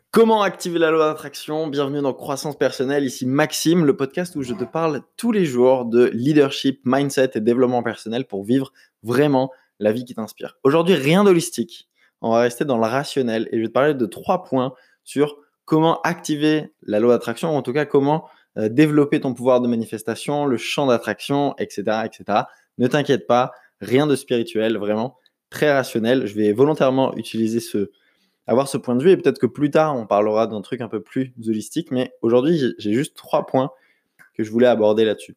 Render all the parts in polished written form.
Comment activer la loi d'attraction? Bienvenue dans Croissance Personnelle, ici Maxime, le podcast où je te parle tous les jours de leadership, mindset et développement personnel pour vivre vraiment la vie qui t'inspire. Aujourd'hui, rien d'holistique, on va rester dans le rationnel et je vais te parler de 3 points sur comment activer la loi d'attraction, ou en tout cas comment développer ton pouvoir de manifestation, le champ d'attraction, etc., etc. Ne t'inquiète pas, rien de spirituel, vraiment très rationnel. Je vais volontairement utiliser avoir ce point de vue et peut-être que plus tard on parlera d'un truc un peu plus holistique, mais aujourd'hui j'ai juste 3 points que je voulais aborder là-dessus.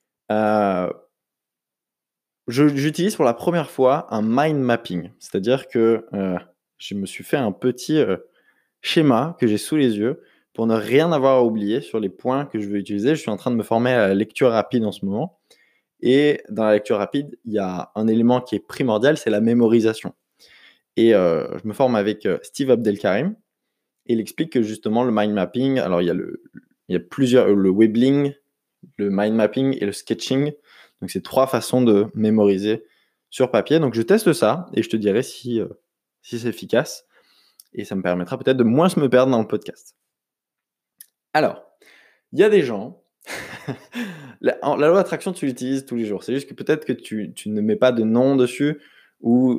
J'utilise pour la première fois un mind mapping, c'est-à-dire que je me suis fait un petit schéma que j'ai sous les yeux pour ne rien avoir à oublier sur les points que je veux utiliser. Je suis en train de me former à la lecture rapide en ce moment et dans la lecture rapide, il y a un élément qui est primordial, c'est la mémorisation. Et je me forme avec Steve Abdelkarim. Et il explique que justement le mind mapping, alors il y a plusieurs, le Weebling, le mind mapping et le sketching. Donc c'est 3 façons de mémoriser sur papier. Donc je teste ça et je te dirai si c'est efficace. Et ça me permettra peut-être de moins me perdre dans le podcast. Alors, il y a des gens, la loi d'attraction tu l'utilises tous les jours. C'est juste que peut-être que tu ne mets pas de nom dessus ou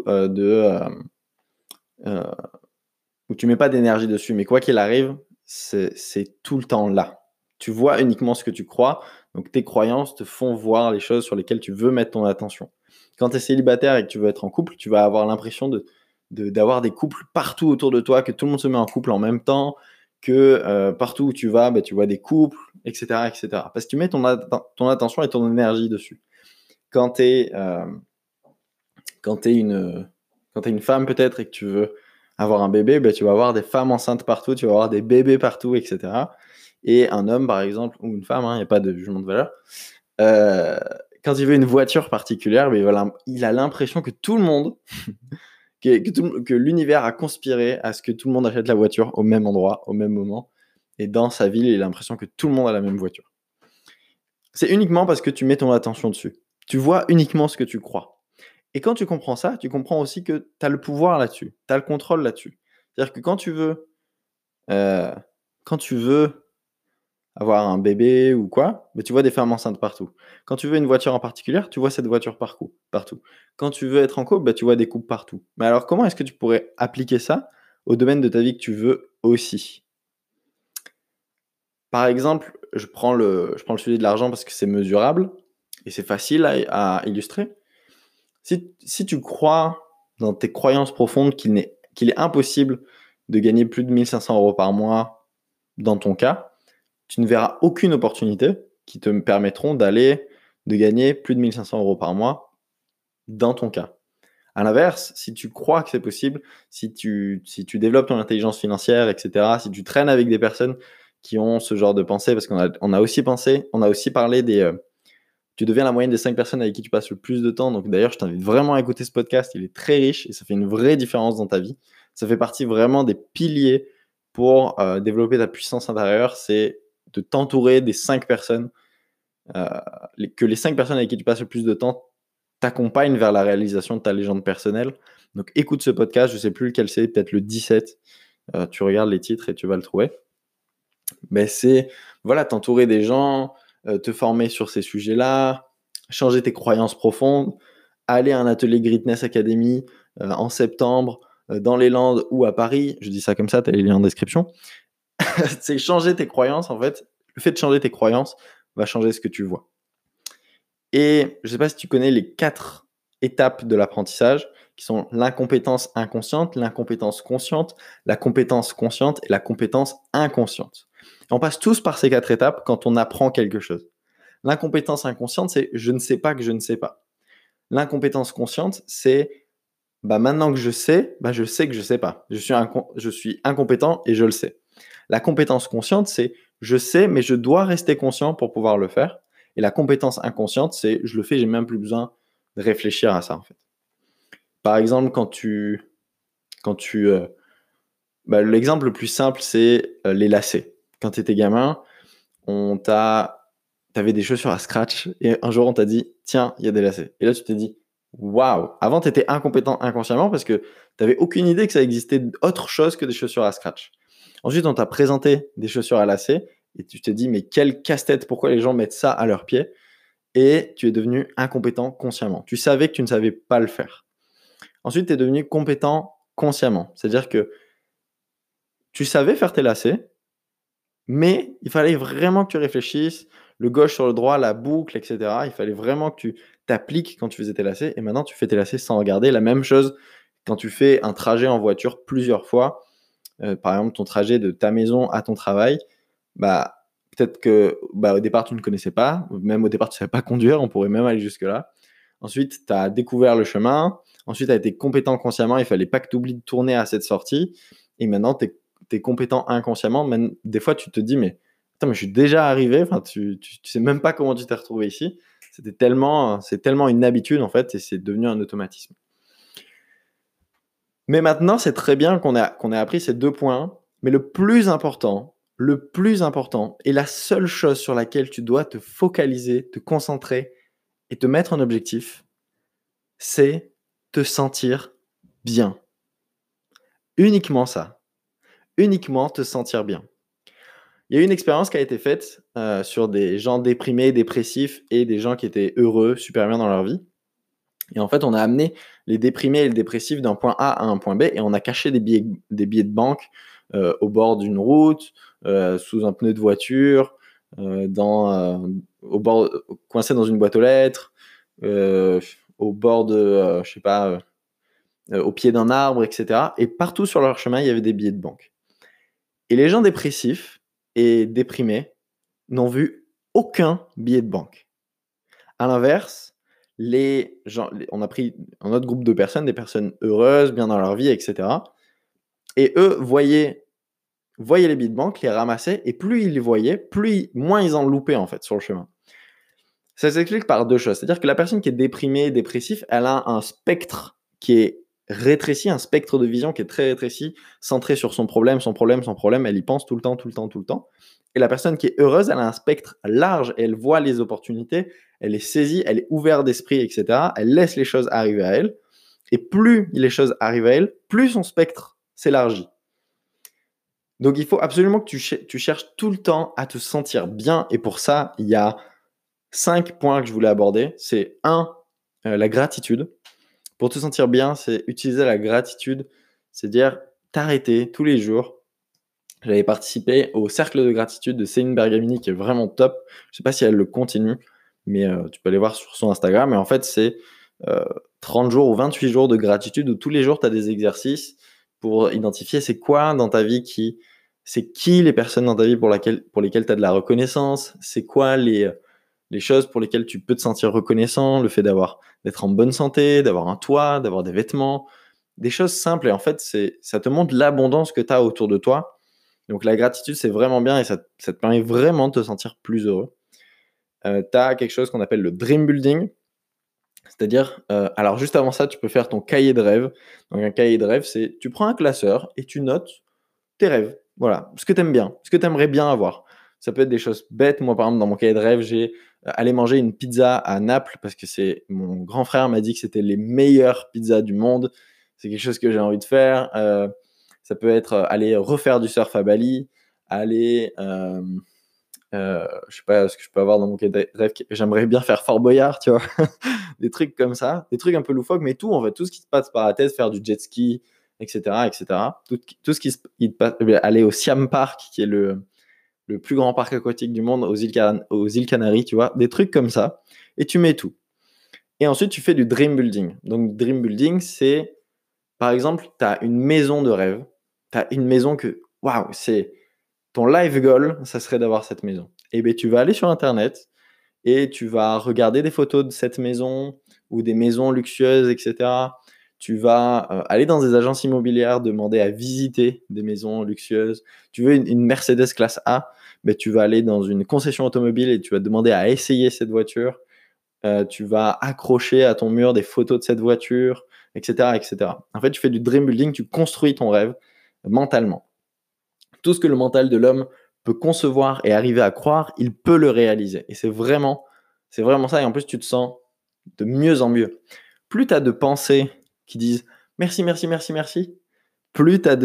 où tu mets pas d'énergie dessus, mais quoi qu'il arrive, c'est tout le temps là. Tu vois uniquement ce que tu crois, donc tes croyances te font voir les choses sur lesquelles tu veux mettre ton attention. Quand tu es célibataire et que tu veux être en couple, tu vas avoir l'impression d'avoir des couples partout autour de toi, que tout le monde se met en couple en même temps, que partout où tu vas, tu vois des couples, etc., etc. Parce que tu mets ton attention et ton énergie dessus. Quand tu es une femme peut-être et que tu veux avoir un bébé, tu vas avoir des femmes enceintes partout, tu vas avoir des bébés partout, etc. Et un homme, par exemple, ou une femme, il n'y a pas de jugement de valeur, quand il veut une voiture particulière, il a l'impression que tout le monde, que l'univers a conspiré à ce que tout le monde achète la voiture au même endroit, au même moment. Et dans sa ville, il a l'impression que tout le monde a la même voiture. C'est uniquement parce que tu mets ton attention dessus. Tu vois uniquement ce que tu crois. Et quand tu comprends ça, tu comprends aussi que tu as le pouvoir là-dessus, tu as le contrôle là-dessus. C'est-à-dire que quand tu veux avoir un bébé ou quoi, tu vois des femmes enceintes partout. Quand tu veux une voiture en particulier, tu vois cette voiture partout. Quand tu veux être en couple, tu vois des couples partout. Mais alors comment est-ce que tu pourrais appliquer ça au domaine de ta vie que tu veux aussi? Par exemple, je prends le sujet de l'argent parce que c'est mesurable et c'est facile à illustrer. Si tu crois dans tes croyances profondes qu'il est impossible de gagner plus de 1 500 € par mois dans ton cas, tu ne verras aucune opportunité qui te permettront de gagner plus de 1 500 € par mois dans ton cas. À l'inverse, si tu crois que c'est possible, si tu développes ton intelligence financière, etc., si tu traînes avec des personnes qui ont ce genre de pensée, parce qu'on a aussi parlé tu deviens la moyenne des 5 personnes avec qui tu passes le plus de temps. Donc d'ailleurs, je t'invite vraiment à écouter ce podcast. Il est très riche et ça fait une vraie différence dans ta vie. Ça fait partie vraiment des piliers pour développer ta puissance intérieure. C'est de t'entourer des 5 personnes, que les 5 personnes avec qui tu passes le plus de temps t'accompagnent vers la réalisation de ta légende personnelle. Donc écoute ce podcast, je ne sais plus lequel c'est, peut-être le 17. Tu regardes les titres et tu vas le trouver. Mais c'est t'entourer des gens, te former sur ces sujets-là, changer tes croyances profondes, aller à un atelier Greatness Academy en septembre dans les Landes ou à Paris. Je dis ça comme ça, tu as les liens en description. C'est changer tes croyances, en fait. Le fait de changer tes croyances va changer ce que tu vois. Et je ne sais pas si tu connais les 4 étapes de l'apprentissage, qui sont l'incompétence inconsciente, l'incompétence consciente, la compétence consciente et la compétence inconsciente. On passe tous par ces 4 étapes quand on apprend quelque chose. L'incompétence inconsciente, c'est je ne sais pas que je ne sais pas. L'incompétence consciente, c'est maintenant que je sais que je ne sais pas. Je suis incompétent et je le sais. La compétence consciente, c'est je sais, mais je dois rester conscient pour pouvoir le faire. Et la compétence inconsciente, c'est je le fais, j'ai même plus besoin de réfléchir à ça en fait. Par exemple, l'exemple le plus simple, c'est les lacets. Quand tu étais gamin, t'avais des chaussures à scratch et un jour on t'a dit tiens, il y a des lacets. Et là tu t'es dit waouh. Avant tu étais incompétent inconsciemment parce que t'avais aucune idée que ça existait autre chose que des chaussures à scratch. Ensuite, on t'a présenté des chaussures à lacets et tu t'es dit, mais quel casse-tête, pourquoi les gens mettent ça à leurs pieds? Et tu es devenu incompétent consciemment. Tu savais que tu ne savais pas le faire. Ensuite, tu es devenu compétent consciemment. C'est-à-dire que tu savais faire tes lacets, mais il fallait vraiment que tu réfléchisses, le gauche sur le droit, la boucle, etc. Il fallait vraiment que tu t'appliques quand tu faisais tes lacets. Et maintenant, tu fais tes lacets sans regarder. La même chose quand tu fais un trajet en voiture plusieurs fois. Par exemple, ton trajet de ta maison à ton travail, bah, peut-être que au départ, tu ne connaissais pas. Même au départ, tu ne savais pas conduire. On pourrait même aller jusque-là. Ensuite, tu as découvert le chemin. Ensuite, tu as été compétent consciemment. Il ne fallait pas que tu oublies de tourner à cette sortie. Et maintenant, tu es compétent inconsciemment. Même, des fois, tu te dis, mais attends, mais je suis déjà arrivé. Enfin, tu sais même pas comment tu t'es retrouvé ici. C'est tellement une habitude, en fait, et c'est devenu un automatisme. Mais maintenant, c'est très bien qu'on ait appris ces 2 points. Mais le plus important, et la seule chose sur laquelle tu dois te focaliser, te concentrer et te mettre un objectif, c'est te sentir bien. Uniquement ça. Uniquement te sentir bien. Il y a eu une expérience qui a été faite sur des gens déprimés, dépressifs et des gens qui étaient heureux, super bien dans leur vie. Et en fait, on a amené les déprimés et les dépressifs d'un point A à un point B et on a caché des billets de banque au bord d'une route, sous un pneu de voiture, coincé dans une boîte aux lettres, au bord de, je sais pas, au pied d'un arbre, etc. Et partout sur leur chemin, il y avait des billets de banque. Et les gens dépressifs et déprimés n'ont vu aucun billet de banque. À l'inverse, on a pris un autre groupe de personnes, des personnes heureuses, bien dans leur vie, etc. Et eux voyaient les billets de banque, les ramassaient, et plus ils les voyaient, moins ils en loupaient en fait sur le chemin. Ça s'explique par 2 choses. C'est-à-dire que la personne qui est déprimée, dépressif, elle a un spectre qui est rétréci, un spectre de vision qui est très rétréci, centré sur son problème, elle y pense tout le temps. Et la personne qui est heureuse, elle a un spectre large, elle voit les opportunités, elle est saisie, elle est ouverte d'esprit, etc. Elle laisse les choses arriver à elle. Et plus les choses arrivent à elle, plus son spectre s'élargit. Donc il faut absolument que tu cherches tout le temps à te sentir bien. Et pour ça, il y a 5 points que je voulais aborder. C'est 1, la gratitude. Pour te sentir bien, c'est utiliser la gratitude. C'est-à-dire t'arrêter tous les jours. J'avais participé au cercle de gratitude de Céline Bergamini qui est vraiment top. Je ne sais pas si elle le continue, mais tu peux aller voir sur son Instagram. Et en fait, c'est 30 jours ou 28 jours de gratitude où tous les jours, tu as des exercices pour identifier c'est quoi dans ta vie c'est qui les personnes dans ta vie pour lesquelles tu as de la reconnaissance, c'est quoi les choses pour lesquelles tu peux te sentir reconnaissant, le fait d'être en bonne santé, d'avoir un toit, d'avoir des vêtements, des choses simples. Et en fait, ça te montre l'abondance que tu as autour de toi. Donc la gratitude, c'est vraiment bien et ça te permet vraiment de te sentir plus heureux. Tu as quelque chose qu'on appelle le dream building. C'est-à-dire, alors juste avant ça, tu peux faire ton cahier de rêve. Donc un cahier de rêve, c'est tu prends un classeur et tu notes tes rêves. Voilà, ce que tu aimes bien, ce que tu aimerais bien avoir. Ça peut être des choses bêtes. Moi, par exemple, dans mon cahier de rêve, j'ai allé manger une pizza à Naples parce que mon grand frère m'a dit que c'était les meilleures pizzas du monde. C'est quelque chose que j'ai envie de faire. Ça peut être aller refaire du surf à Bali, aller, je sais pas ce que je peux avoir dans mon cahier de rêve. J'aimerais bien faire Fort Boyard, tu vois. Des trucs comme ça, des trucs un peu loufoques, mais tout, en fait, tout ce qui se passe par la tête, faire du jet ski, etc., etc. Tout ce qui se passe, aller au Siam Park, qui est le plus grand parc aquatique du monde, aux îles Canaries, tu vois, des trucs comme ça, et tu mets tout. Et ensuite, tu fais du dream building. Donc, dream building, c'est, par exemple, tu as une maison de rêve, tu as une maison que, waouh, c'est ton life goal, ça serait d'avoir cette maison. Et bien, tu vas aller sur Internet, et tu vas regarder des photos de cette maison ou des maisons luxueuses, etc. Tu vas aller dans des agences immobilières, demander à visiter des maisons luxueuses. Tu veux une Mercedes classe A, mais tu vas aller dans une concession automobile et tu vas demander à essayer cette voiture. Tu vas accrocher à ton mur des photos de cette voiture, etc., etc. En fait, tu fais du dream building, tu construis ton rêve mentalement. Tout ce que le mental de l'homme peut concevoir et arriver à croire, il peut le réaliser. Et c'est vraiment ça. Et en plus, tu te sens de mieux en mieux. Plus tu as de pensées qui disent merci, merci, merci, merci, plus tu as de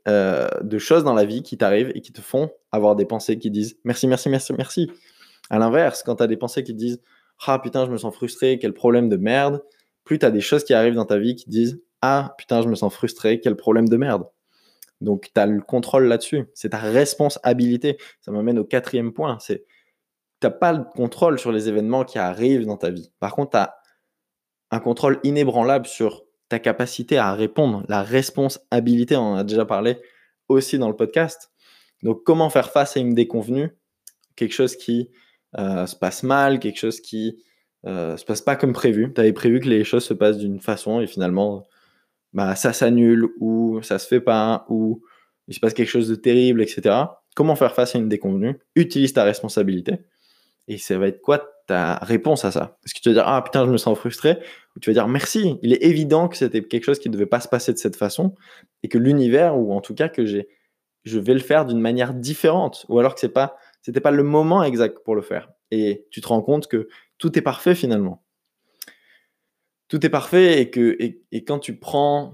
de choses dans la vie qui t'arrivent et qui te font avoir des pensées qui disent merci, merci, merci, merci. À l'inverse, quand tu as des pensées qui te disent ah putain, je me sens frustré, quel problème de merde, plus tu as des choses qui arrivent dans ta vie qui te disent ah putain, je me sens frustré, quel problème de merde. Donc, tu as le contrôle là-dessus. C'est ta responsabilité. Ça m'amène au 4e point. Tu n'as pas le contrôle sur les événements qui arrivent dans ta vie. Par contre, tu as un contrôle inébranlable sur ta capacité à répondre. La responsabilité, on en a déjà parlé aussi dans le podcast. Donc, comment faire face à une déconvenue, quelque chose qui se passe mal, quelque chose qui se passe pas comme prévu. Tu avais prévu que les choses se passent d'une façon et finalement, ça s'annule ou ça se fait pas ou il se passe quelque chose de terrible, etc. Comment faire face à une déconvenue? Utilise ta responsabilité. Et ça va être quoi ta réponse à ça? Est-ce que tu vas dire ah putain, je me sens frustré? Ou tu vas dire merci, il est évident que c'était quelque chose qui ne devait pas se passer de cette façon et que l'univers, ou en tout cas que je vais le faire d'une manière différente, ou alors que c'était pas le moment exact pour le faire. Et tu te rends compte que tout est parfait finalement. Tout est parfait et quand tu prends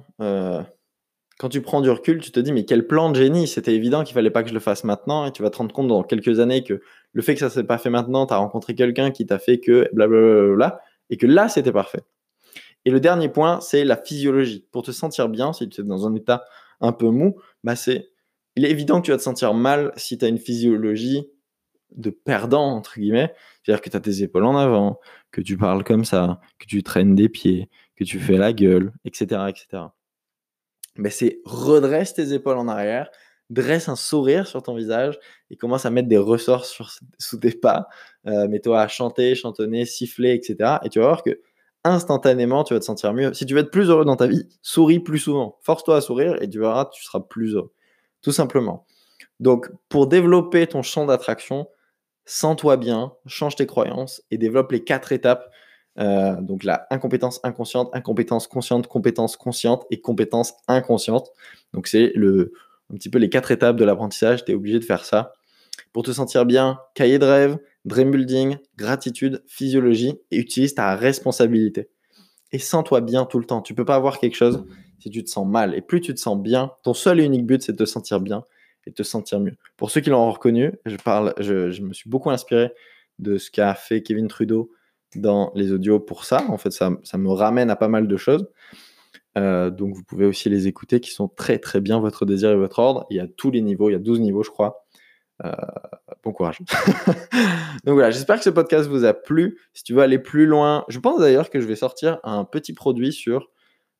du recul, tu te dis mais quel plan de génie, c'était évident qu'il fallait pas que je le fasse maintenant et tu vas te rendre compte dans quelques années que le fait que ça s'est pas fait maintenant, tu as rencontré quelqu'un qui t'a fait que blablabla et que là c'était parfait. Et le dernier point, c'est la physiologie. Pour te sentir bien, si tu es dans un état un peu mou, il est évident que tu vas te sentir mal si tu as une physiologie de perdant, entre guillemets. C'est-à-dire que tu as tes épaules en avant, que tu parles comme ça, que tu traînes des pieds, que tu fais la gueule, etc. etc. C'est redresse tes épaules en arrière, dresse un sourire sur ton visage et commence à mettre des ressorts sous tes pas. Mets-toi à chanter, chantonner, siffler, etc. Et tu vas voir que instantanément, tu vas te sentir mieux. Si tu veux être plus heureux dans ta vie, souris plus souvent. Force-toi à sourire et tu verras, tu seras plus heureux. Tout simplement. Donc, pour développer ton champ d'attraction, sens-toi bien, change tes croyances et développe les 4 étapes. Donc la incompétence inconsciente, incompétence consciente, compétence consciente et compétence inconsciente. Donc c'est un petit peu les 4 étapes de l'apprentissage. Tu es obligé de faire ça. Pour te sentir bien, cahier de rêve, dream building, gratitude, physiologie et utilise ta responsabilité. Et sens-toi bien tout le temps. Tu peux pas avoir quelque chose si tu te sens mal. Et plus tu te sens bien, ton seul et unique but, c'est de te sentir bien et de te sentir mieux. Pour ceux qui l'ont reconnu, je me suis beaucoup inspiré de ce qu'a fait Kevin Trudeau dans les audios pour ça. En fait, ça me ramène à pas mal de choses. Donc, vous pouvez aussi les écouter qui sont très, très bien, Votre désir et votre ordre. Il y a tous les niveaux, il y a 12 niveaux, je crois. Bon courage. Donc voilà, j'espère que ce podcast vous a plu. Si tu veux aller plus loin, je pense d'ailleurs que je vais sortir un petit produit sur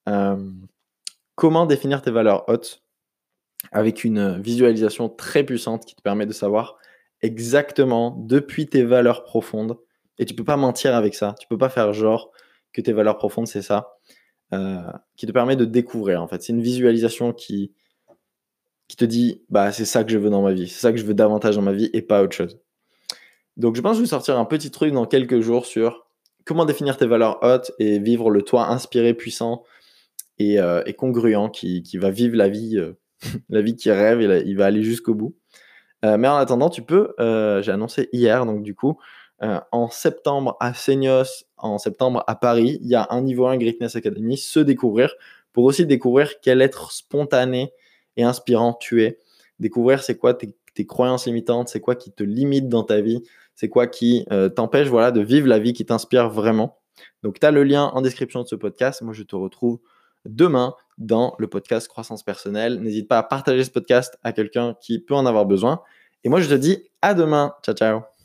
comment définir tes valeurs hautes avec une visualisation très puissante qui te permet de savoir exactement depuis tes valeurs profondes. Et tu peux pas mentir avec ça. Tu peux pas faire genre que tes valeurs profondes, c'est ça. Qui te permet de découvrir, en fait. C'est une visualisation qui te dit c'est ça que je veux dans ma vie. C'est ça que je veux davantage dans ma vie et pas autre chose. Donc, je pense que je vais sortir un petit truc dans quelques jours sur comment définir tes valeurs hautes et vivre le toi inspiré, puissant et congruent qui va vivre la vie, la vie qui rêve et il va aller jusqu'au bout. Mais en attendant, tu peux, j'ai annoncé hier, donc du coup, en septembre à Seignos, en septembre à Paris, il y a un niveau 1 Greatness Academy, se découvrir, pour aussi découvrir quel être spontané et inspirant tu es. Découvrir c'est quoi tes croyances limitantes, c'est quoi qui te limite dans ta vie, c'est quoi qui t'empêche de vivre la vie qui t'inspire vraiment. Donc, tu as le lien en description de ce podcast. Moi, je te retrouve demain dans le podcast Croissance Personnelle. N'hésite pas à partager ce podcast à quelqu'un qui peut en avoir besoin. Et moi, je te dis à demain. Ciao, ciao.